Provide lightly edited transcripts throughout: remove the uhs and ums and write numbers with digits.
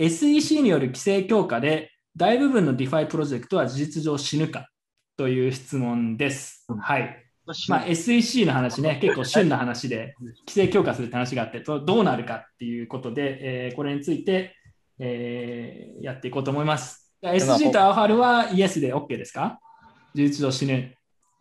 SEC による規制強化で大部分の DeFi プロジェクトは事実上死ぬかという質問です。はい。SEC の話ね、結構旬な話で、規制強化するって話があって、どうなるかっていうことで、これについて、やっていこうと思います。SG とアオハルはイエスで OK ですか？事実上死ぬ。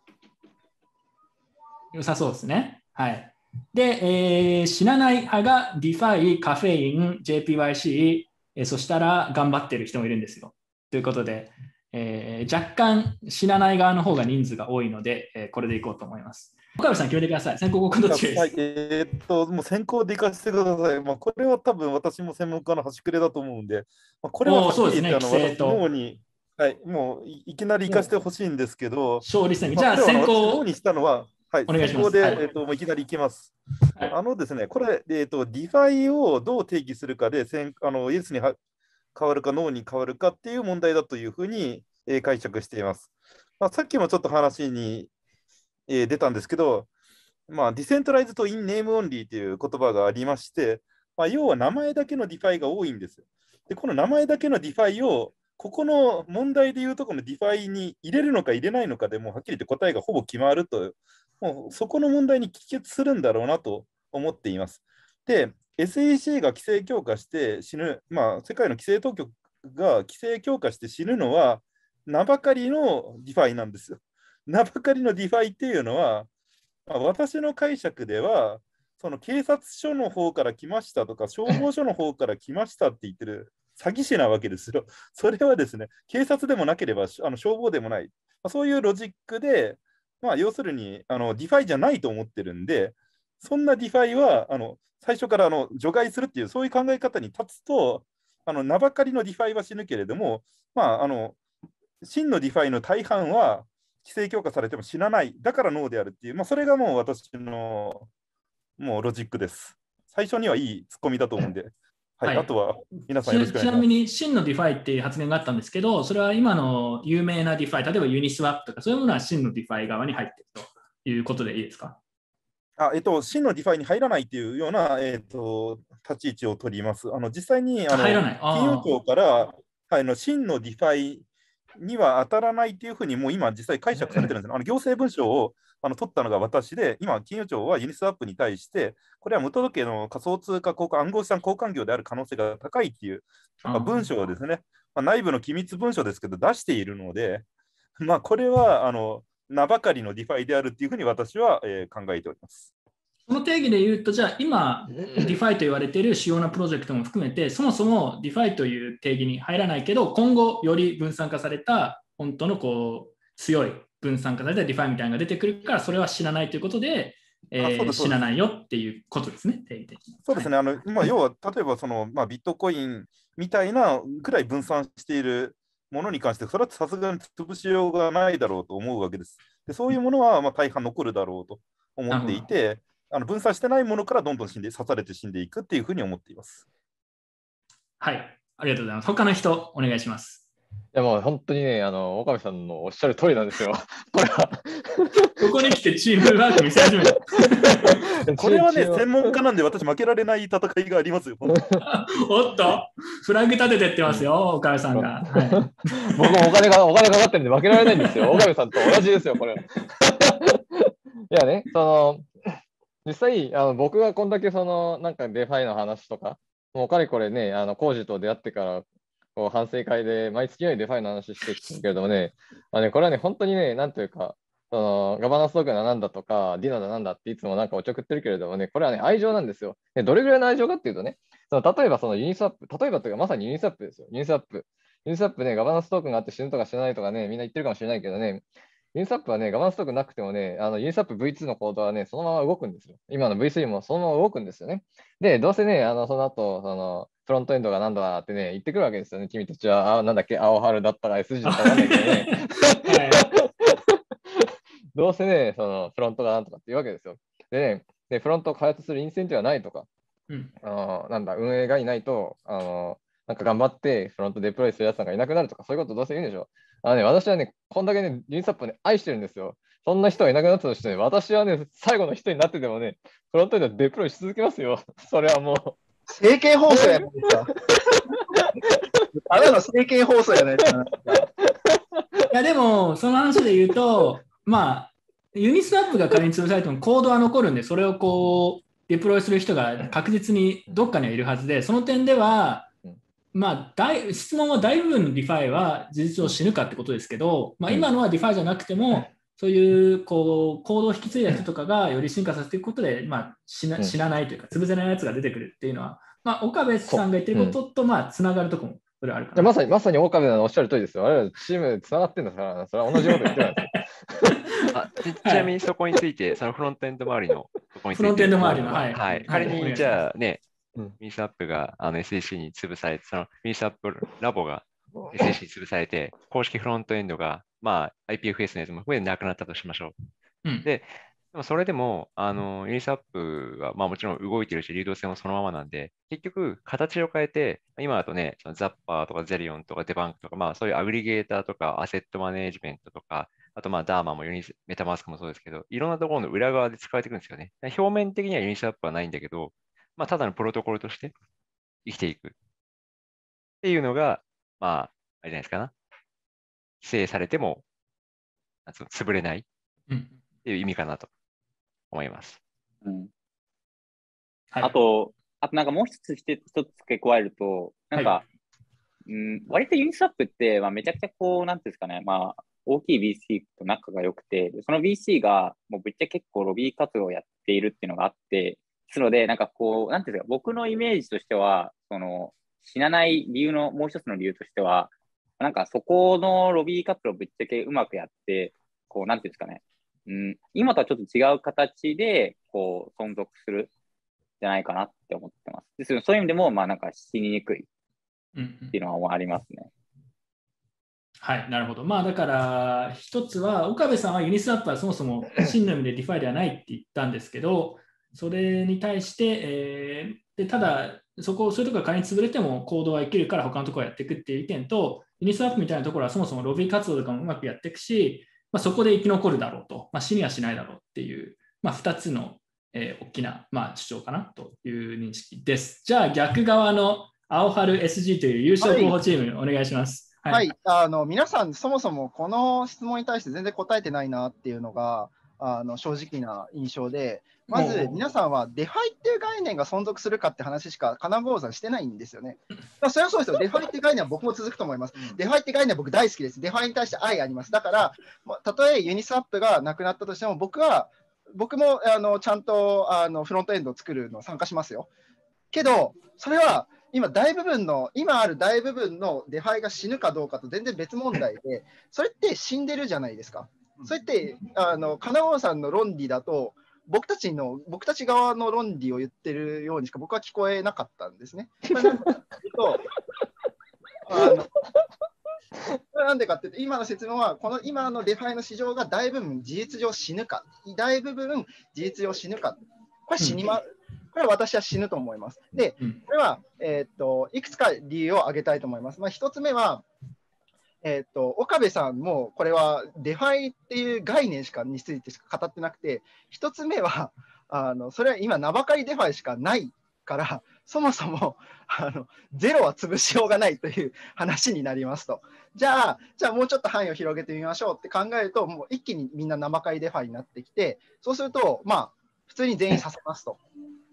良さそうですね。はい。で、死なない派が DeFi、カフェイン、JPYC、そしたら頑張ってる人もいるんですよ。ということで、若干死なない側の方が人数が多いので、これでいこうと思います。岡部さん決めてください。先攻後攻どっちですか？ もう先行でいかせてください。これは多分私も専門家の端くれだと思うんで、これははっきり言って私の脳に、はい、もういきなり行かせてほしいんですけど、 勝利戦。じゃあ先行脳にしたのは、はい、先行で、もういきなり行きます。ですね、これ、DeFi をどう定義するかで、イエスに変わるかノーに変わるかっていう問題だというふうに、解釈しています。さっきもちょっと話に、出たんですけど、ディセントライズとインネームオンリーという言葉がありまして、要は名前だけのディファイが多いんですよ。で、この名前だけのディファイを、ここの問題でいうとこのディファイに入れるのか入れないのかでもうはっきり言って答えがほぼ決まると、もうそこの問題に帰結するんだろうなと思っています。で、SEC が規制強化して死ぬ、世界の規制当局が規制強化して死ぬのは、名ばかりのディファイなんですよ。名ばかりのディファイっていうのは、私の解釈では、その警察署の方から来ましたとか、消防署の方から来ましたって言ってる詐欺師なわけですよ。それはですね、警察でもなければ消防でもない。そういうロジックで、要するにディファイじゃないと思ってるんで、そんなディファイは最初から除外するっていう、そういう考え方に立つと、名ばかりのディファイは死ぬけれども、真のディファイの大半は、規制強化されても死なない。だからノーであるっていう、それがもう私のもうロジックです。最初にはいいツッコミだと思うんで。はい。あとは皆さんよろしくお願いします。 ちなみに真のディファイっていう発言があったんですけど、それは今の有名なディファイ、例えばユニスワップとか、そういうものは真のディファイ側に入っているということでいいですか？ 真のディファイに入らないというような、立ち位置を取ります。実際に入らない金融庁から、真のディファイには当たらないというふうに、もう今、実際解釈されてるんです。行政文書を取ったのが私で、今、金融庁はユニスワップに対して、これは無届けの仮想通貨暗号資産交換業である可能性が高いっていう文書をですね、内部の機密文書ですけど、出しているので、これは名ばかりのディファイであるっていうふうに私は、考えております。 その定義で言うと、じゃあ今、ディファイと言われている主要なプロジェクトも含めて、そもそもディファイという定義に入らないけど、今後より分散化された、本当の強い分散化されたディファイみたいなのが出てくるから、それは死なないということで、死なないよっていうことですね、定義的に。 そうですね。要は、例えばビットコインみたいなくらい分散しているものに関して、それはさすがに潰しようがないだろうと思うわけです。でそういうものは大半残るだろうと思っていて、分散してないものからどんどん刺されて死んでいくっていうふうに思っています。 はい、ありがとうございます。他の人、お願いします。 いやもう本当にね、岡部さんのおっしゃる通りなんですよ。これはここに来てチームワーク見せ始めた。 これはね、専門家なんで私負けられない戦いがありますよ。 おっと、フラグ立ててってますよ、岡部さんが。はい、 僕もお金かかってるんで負けられないんですよ。岡部さんと同じですよ、これ。いやね、実際、僕がこんだけなんかデファイの話とか、もうかれこれね、コージと出会ってから、反省会で毎月よりデファイの話してきてるけれどもね、これはね、本当にね、なんというか、ガバナンストークンだなんだとか、ディナだなんだっていつもなんかおちょくってるけれどもね、これはね、愛情なんですよ。でどれぐらいの愛情かっていうとね、例えばユニスワップ、例えばというかまさにユニスワップですよ。ユニスワップ。ユニスワップね、ガバナンストークンがあって死ぬとか死なないとかね、みんな言ってるかもしれないけどね、ユニスワップはね、ガバナンストークンなくてもね、ユニスワップ V2 のコードはね、そのまま動くんですよ。今の V3 もそのまま動くんですよね。で、どうせね、その後、フロントエンドがなんだってね、言ってくるわけですよね。君たちは、なんだっけ、青春だったら SG だったらなんだけどね。どうせね、フロントがなんとかっていうわけですよ。でね、フロントを開発するインセンティブはないとか、運営がいないと、なんか頑張ってフロントデプロイするやつなんかいなくなるとか、そういうことどうせ言うんでしょ。私はね、こんだけね、ユニスワップをね、愛してるんですよ。そんな人がいなくなったとしてね、私はね、最後の人になってでもね、フロントエンドデプロイし続けますよ。それはもう。 政権放送やないですか。 ただの政見放送じゃないですか。 いや、でも、その話で言うと、まあ、ユニスワップが仮に潰されてもコードは残るんで、それをこう、デプロイする人が確実にどっかにはいるはずで、その点では、まあ、質問は大部分のディファイは事実上死ぬかってことですけど、まあ、今のはディファイじゃなくても、そういうこう行動を引き継いだ人とかがより進化させていくことで、まあ、死なないというか、潰せないやつが出てくるっていうのは、まあ、岡部さんが言ってることとまあつながるところもそれはあるかな。 まさに岡部のおっしゃる通りですよ。我々チームでつながってるんだから、それは同じこと言ってないですよ。 ちなみにそこについて、そのフロントエンド周りのところについて、 フロントエンド周りの、 はい。仮にじゃあね、ミニスアップがSAC に潰されて、そのミニスアップラボが SAC に潰されて、公式フロントエンドが、まあ、IPFS のやつも含めてなくなったとしましょう。でもそれでも、ユニスアップは、まあもちろん動いてるし、流動性もそのままなんで、結局、形を変えて、今だとね、そのザッパーとかゼリオンとかデバンクとか、まあそういうアグリゲーターとかアセットマネージメントとか、あとまあダーマもメタマスクもそうですけど、いろんなところの裏側で使われてくるんですよね。表面的にはユニスアップはないんだけど、まあただのプロトコルとして生きていくっていうのが、まあ、あれじゃないですかな。規制されても、潰れないっていう意味かなと思います。 あとなんかもう一つ付け加えると、なんか、割とユニスワップって、まあ、めちゃくちゃこう、なんていうんですかね、まあ、大きい VC と仲が良くて、その VC がもうぶっちゃけ結構ロビー活動をやっているっていうのがあって、ですので、なんかこう、なんていうんですか、僕のイメージとしては、その、死なない理由の、もう一つの理由としては、なんかそこのロビー活動をぶっちゃけうまくやって、こう、なんていうんですかね、今とはちょっと違う形で、こう、存続するじゃないかなって思ってます。ですので、そういう意味でも、まあなんか死ににくいっていうのはありますね。 はい、なるほど。まあだから一つは岡部さんはユニスワップはそもそも真の意味でディファイではないって言ったんですけど、それに対して、でただそういうところが仮に潰れてもコードは生きるから他のところをやっていくっていう意見と、ユニスワップみたいなところはそもそもロビー活動とかもうまくやっていくし、まあ、そこで生き残るだろうと、まあ、死にはしないだろうっていう、まあ、2つの、大きな、まあ、主張かなという認識です。じゃあ逆側の青春 SG という優勝候補チーム、お願いします。 はい、皆さん、そもそもこの質問に対して全然答えてないなっていうのが正直な印象で、まず皆さんはデファイっていう概念が存続するかって話しか金剛さんしてないんですよね。それはそうですよ。デファイっていう概念は僕も続くと思います。デファイって概念は僕大好きです。デファイに対して愛あります。だから、たとえユニスワップがなくなったとしても、僕もちゃんとフロントエンドを作るの参加しますよ。けど、それは今ある大部分のデファイが死ぬかどうかと全然別問題で、それって死んでるじゃないですか。それって金剛さんの論理だと僕たち側の論理を言ってるようにしか僕は聞こえなかったんですね。なんでかっていうと、今の説明はこの今のデファイの市場が大部分事実上死ぬか、これ死にま、これは私は死ぬと思います。で、これは、いくつか理由を挙げたいと思います。1つ目は、岡部さんもこれはデファイっていう概念についてしか語ってなくて、1つ目はそれは今名ばかりデファイしかないから、そもそもゼロは潰しようがないという話になりますと。じゃあもうちょっと範囲を広げてみましょうって考えると、もう一気にみんな名ばかりデファイになってきて、そうすると普通に全員させますと。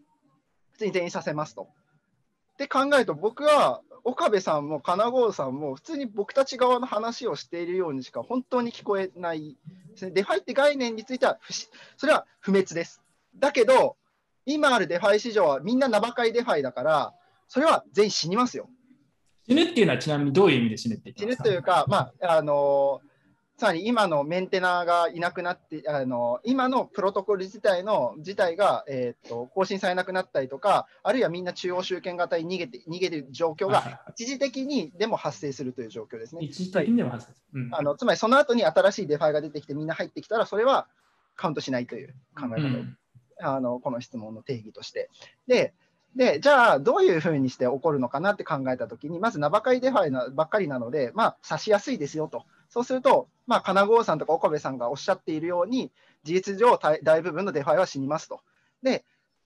って考えると、僕は岡部さんも金剛さんも普通に僕たち側の話をしているようにしか本当に聞こえないですね。デファイって概念についてはそれは不滅です。だけど今あるデファイ市場はみんな名ばかりデファイだから、それは全員死にますよ。 死ぬっていうのはちなみにどういう意味で死ぬって言ってますか？ 死ぬというか、つまり今のメンテナーがいなくなって、今のプロトコル自体が、更新されなくなったりとか、あるいはみんな中央集権型に逃げる状況が一時的にでも発生するという状況ですね。 一時的にでも発生する。 つまりその後に新しいデファイが出てきてみんな入ってきたら、それはカウントしないという考え方、この質問の定義として。で、じゃあどういうふうにして起こるのかなって考えたときに、まず名ばかりデファイばっかりなので、指しやすいですよと。そうすると、金剛さんとか岡部さんがおっしゃっているように、事実上大部分のデファイは死にますと。で、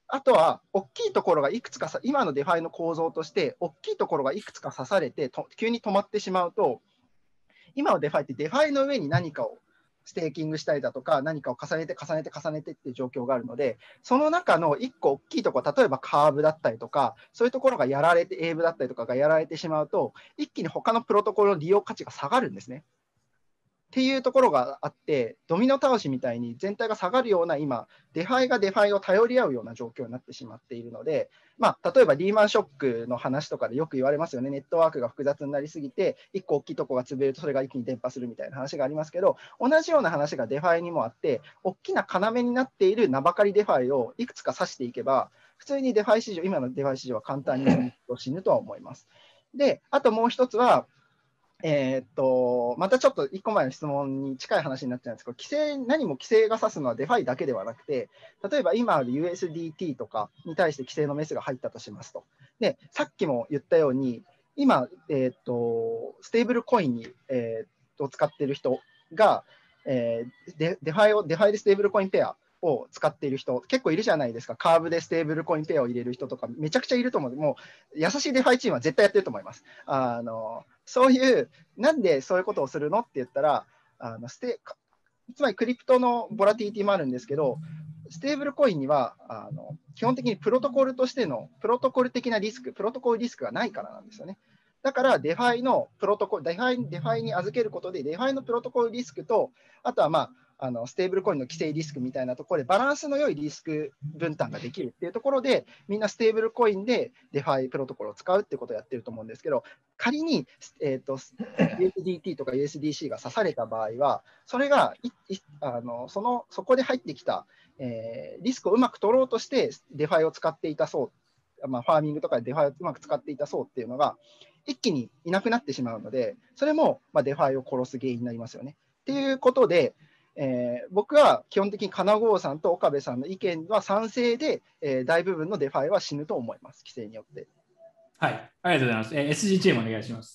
あとは、大きいところがいくつか今のデファイの構造として、大きいところがいくつか刺されて、急に止まってしまうと、今のデファイってデファイの上に何かをステーキングしたりだとか、何かを重ねて重ねて重ねてっていう状況があるので、その中の1個大きいところ、例えばカーブだったりとか、そういうところがやられて、英ブだったりとかがやられてしまうと、一気に他のプロトコルの利用価値が下がるんですね。っていうところがあって、ドミノ倒しみたいに全体が下がるような今、デファイがデファイを頼り合うような状況になってしまっているので、例えばリーマンショックの話とかでよく言われますよね、ネットワークが複雑になりすぎて、1個大きいところが潰れるとそれが一気に伝播するみたいな話がありますけど、同じような話がデファイにもあって、大きな要になっている名ばかりデファイをいくつか指していけば、普通にデファイ市場、今のデファイ市場は簡単に死ぬとは思います。で、あともう一つは、またちょっと1個前の質問に近い話になっちゃうんですけど、何も規制が指すのはデファイだけではなくて、例えば今ある USDT とかに対して規制のメスが入ったとしますと。で、さっきも言ったように、今、ステーブルコインを使っている人が、デファイでステーブルコインペアを使っている人、結構いるじゃないですか。カーブでステーブルコインペアを入れる人とか、めちゃくちゃいると思う。もう、優しいデファイチームは絶対やってると思います。そういう、なんでそういうことをするのって言ったら、つまりクリプトのボラティリティもあるんですけど、ステーブルコインには基本的にプロトコルとしてのプロトコル的なリスク、プロトコルリスクがないからなんですよね。だからデファイのプロトコル、デファイに預けることで、デファイのプロトコルリスクと、あとはステーブルコインの規制リスクみたいなところでバランスの良いリスク分担ができるっていうところで、みんなステーブルコインでデファイプロトコルを使うってことをやってると思うんですけど、仮に、USDT とか USDC が刺された場合は、それがそこで入ってきた、リスクをうまく取ろうとしてデファイを使っていた層、ファーミングとかでデファイをうまく使っていた層っていうのが一気にいなくなってしまうので、それもデファイを殺す原因になりますよね。っていうことで、僕は基本的に金郷さんと岡部さんの意見は賛成で、大部分のデファイは死ぬと思います、規制によって。 はい、ありがとうございます。SG チームお願いします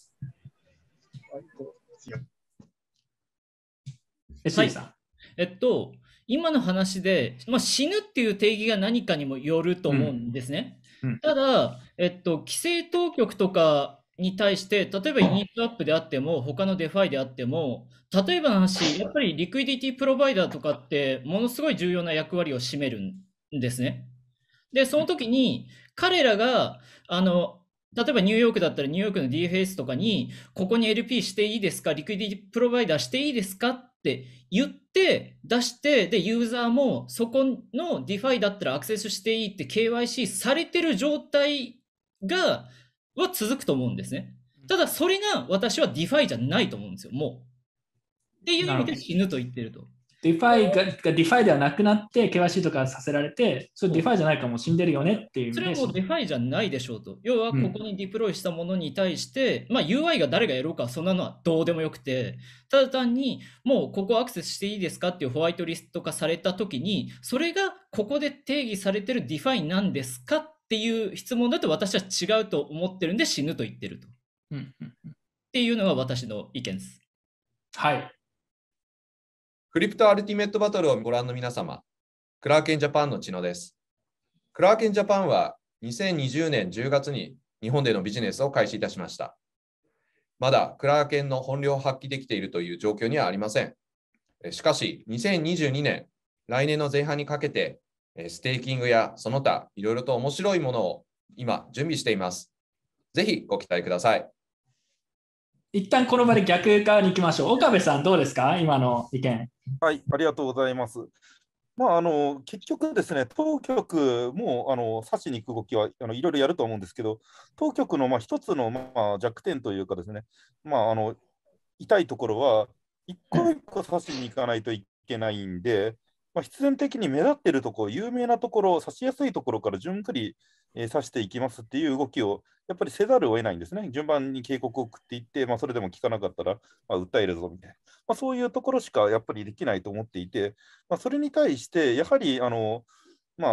。SG さん。 今の話で、死ぬっていう定義が何かにもよると思うんですね。ただ、規制当局とかに対して、例えばイニットアップであっても、他のデファイであっても、例えばの話、やっぱりリクイディティプロバイダーとかって、ものすごい重要な役割を占めるんですね。で、その時に、彼らが、例えばニューヨークだったらニューヨークの DFS とかに、ここに LP していいですか、リクイディティプロバイダーしていいですかって言って出して、で、ユーザーもそこの DeFi だったらアクセスしていいって KYC されてる状態は続くと思うんですね。ただ、それが私は DeFi じゃないと思うんですよ、もう。っていう意味で死ぬと言ってると。 DeFi が DeFi ではなくなって KYC とかさせられて、それ DeFi じゃないかも死んでるよねっていう。 それはもう DeFi じゃないでしょうと。要はここにディプロイしたものに対して、UI が誰がやろうかそんなのはどうでもよくて、ただ単にもうここアクセスしていいですかっていうホワイトリスト化されたときに、それがここで定義されてる DeFi なんですかっていう質問だと私は違うと思ってるんで死ぬと言ってると。っていうのが私の意見です。 はい。 クリプトアルティメットバトルをご覧の皆様、クラーケンジャパンの知野です。クラーケンジャパンは2020年10月に日本でのビジネスを開始いたしました。まだクラーケンの本領を発揮できているという状況にはありません。しかし、2022年、来年の前半にかけて、ステーキングやその他、いろいろと面白いものを今、準備しています。ぜひご期待ください。 一旦この場で逆側に行きましょう。岡部さん、どうですか、今の意見。 はい、ありがとうございます。結局ですね、当局も指しに行く動きはいろいろやると思うんですけど、当局の一つの弱点というかですね、痛いところは、一個一個指しに行かないといけないんで、必然的に目立っているところ、有名なところ、指しやすいところから順繰り指していきますっていう動きをやっぱりせざるを得ないんですね。順番に警告を送っていって、それでも聞かなかったら、訴えるぞみたいな、そういうところしかやっぱりできないと思っていて、それに対して、やはり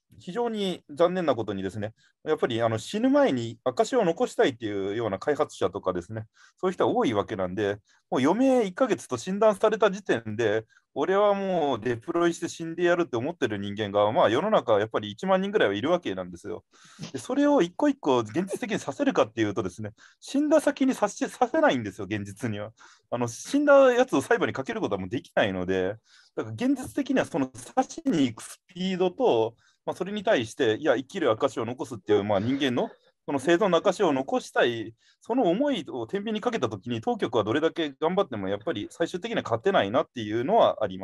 非常に残念なことにですね、やっぱり死ぬ前に証を残したいっていうような開発者とかですね、そういう人は多いわけなんで、もう余命1ヶ月と診断された時点で、俺はもうデプロイして死んでやるって思ってる人間が、まあ世の中はやっぱり1万人ぐらいはいるわけなんですよ。でそれを一個一個現実的にさせるかっていうとですね、死んだ先にさせないんですよ、現実には。死んだやつを裁判にかけることはもうできないので、だから現実的にはその刺しに行くスピードと、まあ、それに対して、いや、生きる証を残すっていう、まあ、人間のその生存の証を残したい、その思いを天秤にかけたときに、当局はどれだけ頑張っても、やっぱり最終的には勝てないなっていうのはあります。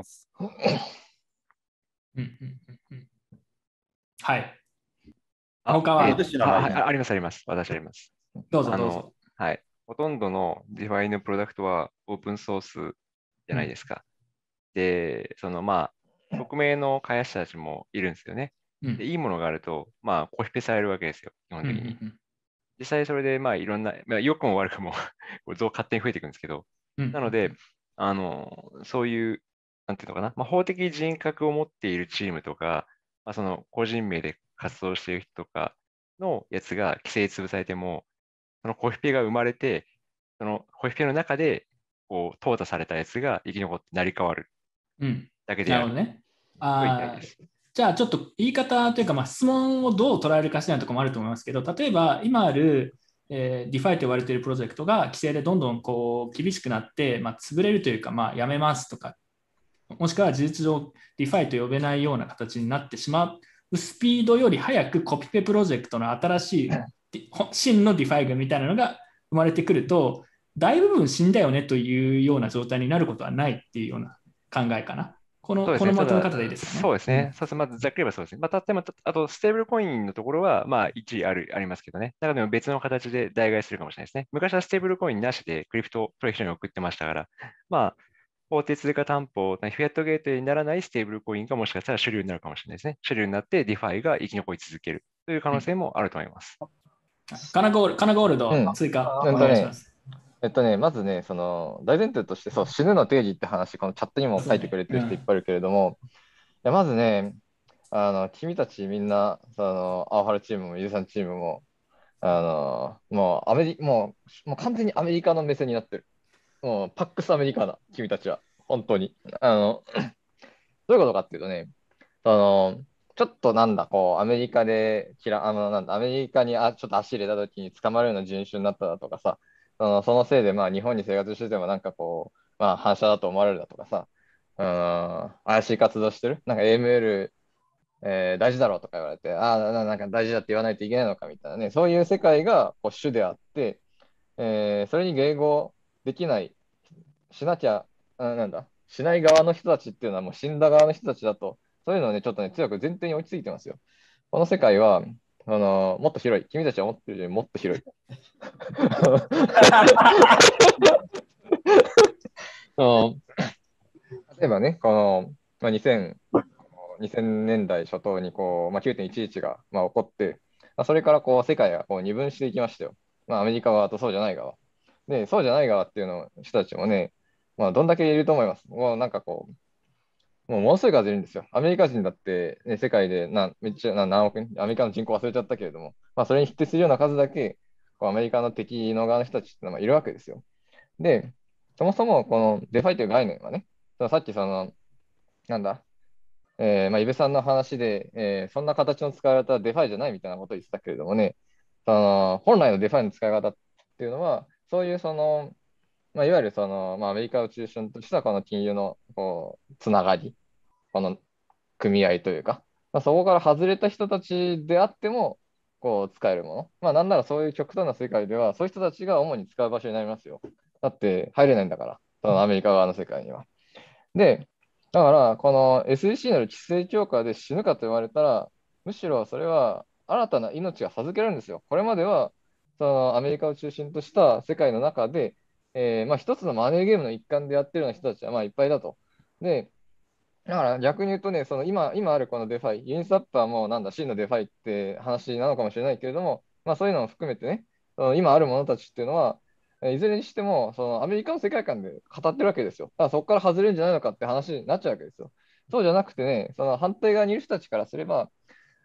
はい。 他は、 あります、あります。私あります。 どうぞどうぞ。 はい。ほとんどの DeFi のプロダクトはオープンソースじゃないですか。で、まあ、匿名の開発者たちもいるんですよね。で、いいものがあると、まあ、コピペされるわけですよ、基本的に。実際それで、まあ、いろんな、まあ、良くも悪くも勝手に増えていくんですけど、なので、そういう、なんていうのかな、まあ、法的人格を持っているチームとか、まあ、その個人名で活動している人とかのやつが規制潰されても、そのコピペが生まれて、そのコピペの中で、こう、淘汰されたやつが生き残って成り代わるだけである。 なるほどね。じゃあちょっと言い方というか、まあ、質問をどう捉えるかしないところもあると思いますけど、例えば今ある、DeFi と言われているプロジェクトが規制でどんどんこう厳しくなって、まあ、潰れるというか、まあ、やめますとか、もしくは事実上 DeFi と呼べないような形になってしまうスピードより早くコピペプロジェクトの新しい真の DeFi 群みたいなのが生まれてくると、大部分死んだよねというような状態になることはないっていうような考えかな。このまとめ方でいいですかね。 そうですね。まずざっくり言えばそうですね。まあ、あと、ステーブルコインのところは、まあ、一理ありますけどね。だから別の形で代替するかもしれないですね。昔はステーブルコインなしでクリプト取引所に送ってましたから、まあ、法定通貨担保、フィアットゲートにならないステーブルコインがもしかしたら主流になるかもしれないですね。主流になって DeFi が生き残り続けるという可能性もあると思います。 カナゴールド、追加お願いします。 まずね、大前提として、死ぬの定義って話、このチャットにも書いてくれてる人いっぱいいるけれども、まずね、君たちみんな、青春チームも、ゆうさんチームも、もう完全にアメリカの目線になってる。もうパックスアメリカだ、君たちは。本当に。どういうことかっていうとね、ちょっとアメリカで、アメリカにちょっと足入れた時に捕まるような人種になっただとかさ、そのせいで、まあ、日本に生活してても、まあ、反射だと思われるだとかさ、怪しい活動してるAML、大事だろうとか言われて、なんか大事だって言わないといけないのかみたいなね、そういう世界が主であって、それに迎合できない、しない側の人たちっていうのはもう死んだ側の人たちだと、そういうのをね、ちょっとね、強く前提に落ち着いてますよ。この世界は、もっと広い。君たちは思ってるよりもっと広い。例えばね、2000年代初頭に9.11 が起こって、それから世界が二分していきましたよ。アメリカ側とそうじゃない側。で、そうじゃない側っていうの人たちもね、どんだけいると思います。もうものすごい数いるんですよ。アメリカ人だって、ね、世界でめっちゃ何億人、アメリカの人口忘れちゃったけれども、それに匹敵するような数だけ、アメリカの敵の側の人たちってのはいるわけですよ。で、そもそもこのデファイという概念はね、さっきイベさんの話で、そんな形の使い方はデファイじゃないみたいなことを言ってたけれどもね、本来のデファイの使い方っていうのは、そういういわゆるアメリカを中心としたこの金融のつながり、この組合というか、そこから外れた人たちであっても、使えるもの。なんならそういう極端な世界では、そういう人たちが主に使う場所になりますよ。だって入れないんだから、そのアメリカ側の世界には。で、だから、この SEC による規制強化で死ぬかと言われたら、むしろそれは新たな命が授けられるんですよ。これまでは、アメリカを中心とした世界の中で、一つのマネーゲームの一環でやってるような人たちはいっぱいだと。で、だから逆に言うとね、今あるこのデファイ、ユニスワップはもう真のデファイって話なのかもしれないけれども、そういうのも含めてね、今ある者たちっていうのは、いずれにしても、アメリカの世界観で語ってるわけですよ。だからそこから外れるんじゃないのかって話になっちゃうわけですよ。そうじゃなくてね、その反対側にいる人たちからすれば、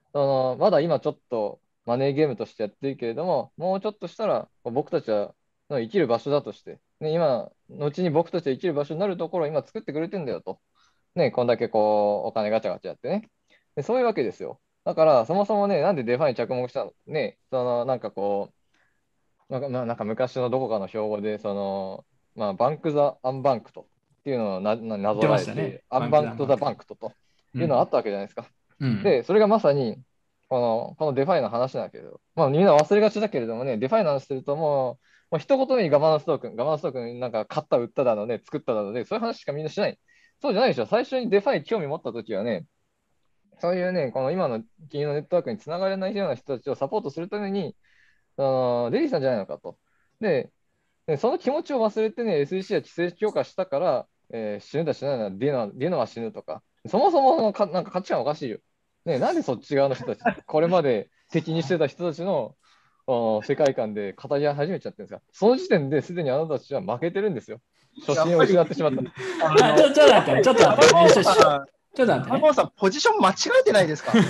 まだ今ちょっとマネーゲームとしてやってるけれども、もうちょっとしたら僕たちは生きる場所だとして、ね、今、後に僕たちは生きる場所になるところを今作ってくれてんだよと。ね、こんだけこう、お金ガチャガチャやってね。で、そういうわけですよ。だから、そもそもね、なんでデファに着目したのね、なんかこう、なんか昔のどこかの標語で、バンク・ザ・アンバンクトっていうのをなぞらえて、 ね、 アンバンクト・ザ・バンクトというのがあったわけじゃないですか。で、それがまさに、このデファイの話だけど、みんな忘れがちだけれどもね、デファイの話するともう一言目にガバナンストークンなんか買った、売っただのね、作っただので、そういう話しかみんなしない。そうじゃないでしょ。最初にデファイ興味持ったときはね、そういうね、この今の金融のネットワークにつながれないような人たちをサポートするために、出てきたんじゃないのかと。で、その気持ちを忘れてね、SEC は規制強化したから、死ぬだ死なないな、ディノは死ぬとか、そもそもなんか価値観おかしいよ。ね、なんでそっち側の人たち、これまで敵にしてた人たちの世界観で語り始めちゃってるんですが、その時点ですでにあなたたちは負けてるんですよ。初心を失ってしまった。 ちょっと待って、ちょっと待って。ちょっと待って、 ね。さん、ポジション間違えてないですか？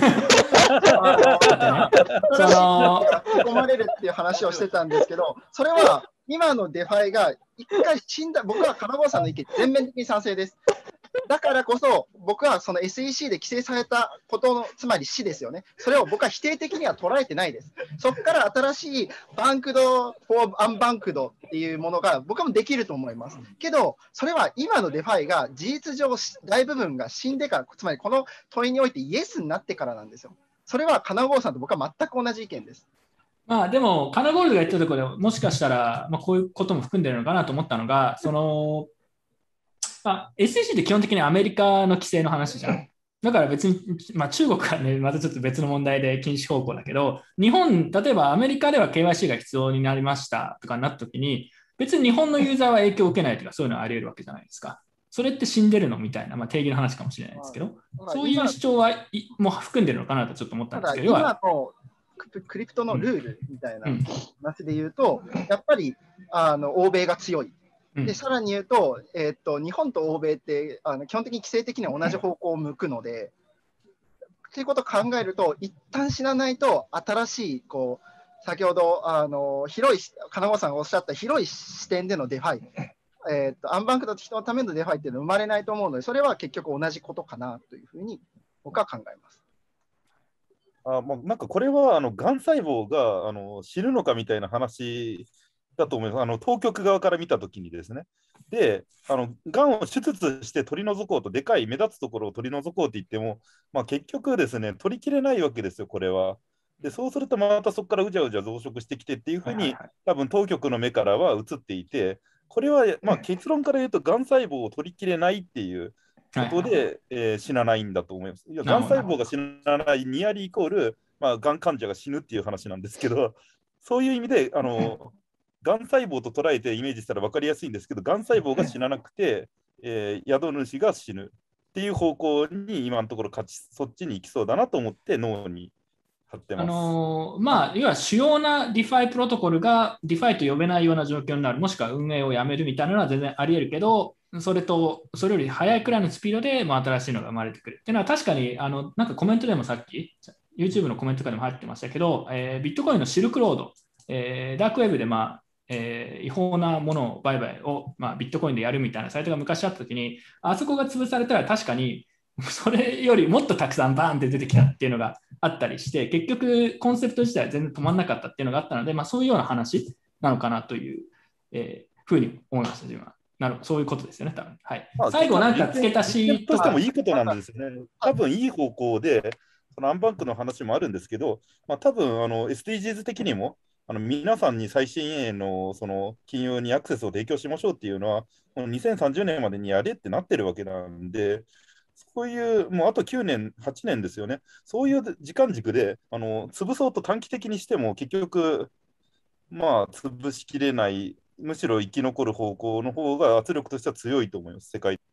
込まれるっていう話をしてたんですけど、それは今のデファイが一回死んだ、僕は金坊さんの意見全面的に賛成です。だからこそ、僕はその SEC で規制されたことの、つまり死ですよね。それを僕は否定的には捉えてないです。そこから新しいバンクド、フォーアンバンクドっていうものが僕もできると思います。けど、それは今のデファイが事実上大部分が死んでから、つまりこの問いにおいてイエスになってからなんですよ。それは金郷さんと僕は全く同じ意見です。 でも、カナゴールドが言ったところでもしかしたら、こういうことも含んでるのかなと思ったのが、SEC って基本的にアメリカの規制の話じゃん。だから別に、中国はね、またちょっと別の問題で禁止方向だけど、日本、例えばアメリカでは KYC が必要になりましたとかになったときに、別に日本のユーザーは影響を受けないとか、そういうのはあり得るわけじゃないですか。それって死んでるのみたいな、定義の話かもしれないですけど、そういう主張はもう含んでるのかなとちょっと思ったんですけど、 今のクリプトのルールみたいな話で言うと、やっぱり欧米が強い。でさらに言うと、日本と欧米って基本的に規制的には同じ方向を向くので、ということを考えると、一旦死なないと、新しい先ほど広い、金子さんがおっしゃった広い視点でのデファイ、アンバンクド人のためのデファイっていうのは生まれないと思うので、それは結局同じことかなというふうに僕は考えます。 なんかこれはがん細胞が死ぬのかみたいな話だと思います。当局側から見たときにですね。で、がんを手術して取り除こうと、でかい目立つところを取り除こうって言っても、結局ですね、取りきれないわけですよ、これは。で、そうするとまたそこからうじゃうじゃ増殖してきてっていうふうに、多分当局の目からは映っていて、これは結論から言うと、がん細胞を取りきれないっていうことで、死なないんだと思います。がん細胞が死なないニアリーイコール、がん患者が死ぬっていう話なんですけど、そういう意味で、がん細胞と捉えてイメージしたら分かりやすいんですけど、がん細胞が死ななくて、宿主が死ぬっていう方向に今のところそっちに行きそうだなと思って脳に貼ってます。 要は主要な DeFi プロトコルが DeFi と呼べないような状況になる、もしくは運営をやめるみたいなのは全然あり得るけど、それより速いくらいのスピードで新しいのが生まれてくるっていうのは確かになんかコメントでもさっき YouTube のコメントとかでも入ってましたけど、ビットコインのシルクロード、ダークウェブで違法なものを売買を、ビットコインでやるみたいなサイトが昔あったときに、あそこが潰されたら確かにそれよりもっとたくさんバーンって出てきたっていうのがあったりして、結局コンセプト自体は全然止まらなかったっていうのがあったので、そういうような話なのかなという、ふうに思いました、自分は。そういうことですよね、多分。はい。最後なんか付け足しとしてもいいことなんですよね。多分いい方向で、そのアンバンクの話もあるんですけど、多分SDGs 的にも、皆さんに最新鋭のその金融にアクセスを提供しましょうっていうのは、もう2030年までにやれってなってるわけなんで、そういう、もうあと9年、8年ですよね。そういう時間軸で、潰そうと短期的にしても、結局、潰しきれない、むしろ生き残る方向の方が圧力としては強いと思います、世界。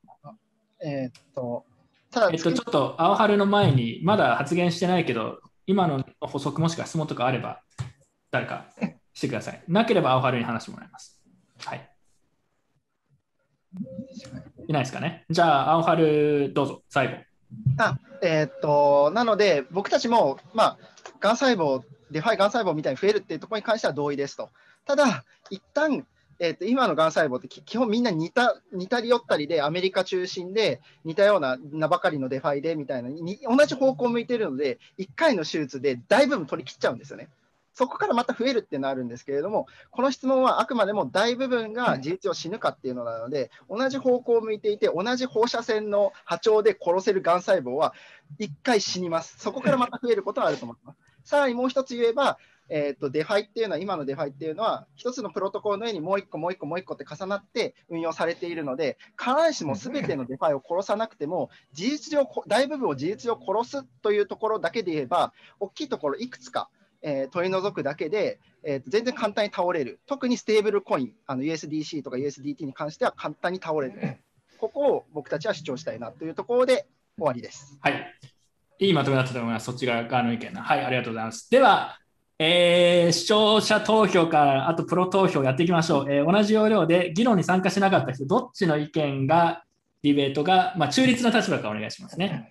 ちょっと青春の前に、まだ発言してないけど、今の補足もしくは質問とかあれば、誰かしてください。なければ青春に話してもらいます。はい。いないですかね。じゃあ、青春どうぞ、最後。 なので、僕たちも、がん細胞、デファイがん細胞みたいに増えるっていうところに関しては同意ですと。ただ、一旦今のがん細胞って基本みんな似たり寄ったりで、アメリカ中心で似たような名ばかりのデファイでみたいな同じ方向を向いているので、1回の手術で大部分取り切っちゃうんですよね。そこからまた増えるっていうのはあるんですけれども、この質問はあくまでも大部分が事実上死ぬかっていうのなので、同じ方向を向いていて、同じ放射線の波長で殺せるがん細胞は1回死にます。そこからまた増えることはあると思います。さらにもう一つ言えば、デファイっていうのは、今のデファイっていうのは、一つのプロトコルの上にもう一個って重なって運用されているので、必ずしも全てのデファイを殺さなくても、事実上、大部分を事実上殺すというところだけで言えば、大きいところいくつか、取り除くだけで、全然簡単に倒れる。特にステーブルコイン、USDC とか USDT に関しては簡単に倒れる。ここを僕たちは主張したいなというところで終わりです。 はい。いいまとめだったと思います。そっち側の意見な。はい、ありがとうございます。では、視聴者投票からあとプロ投票やっていきましょう。同じ要領で議論に参加しなかった人、どっちの意見が、ディベートが、中立な立場からお願いしますね。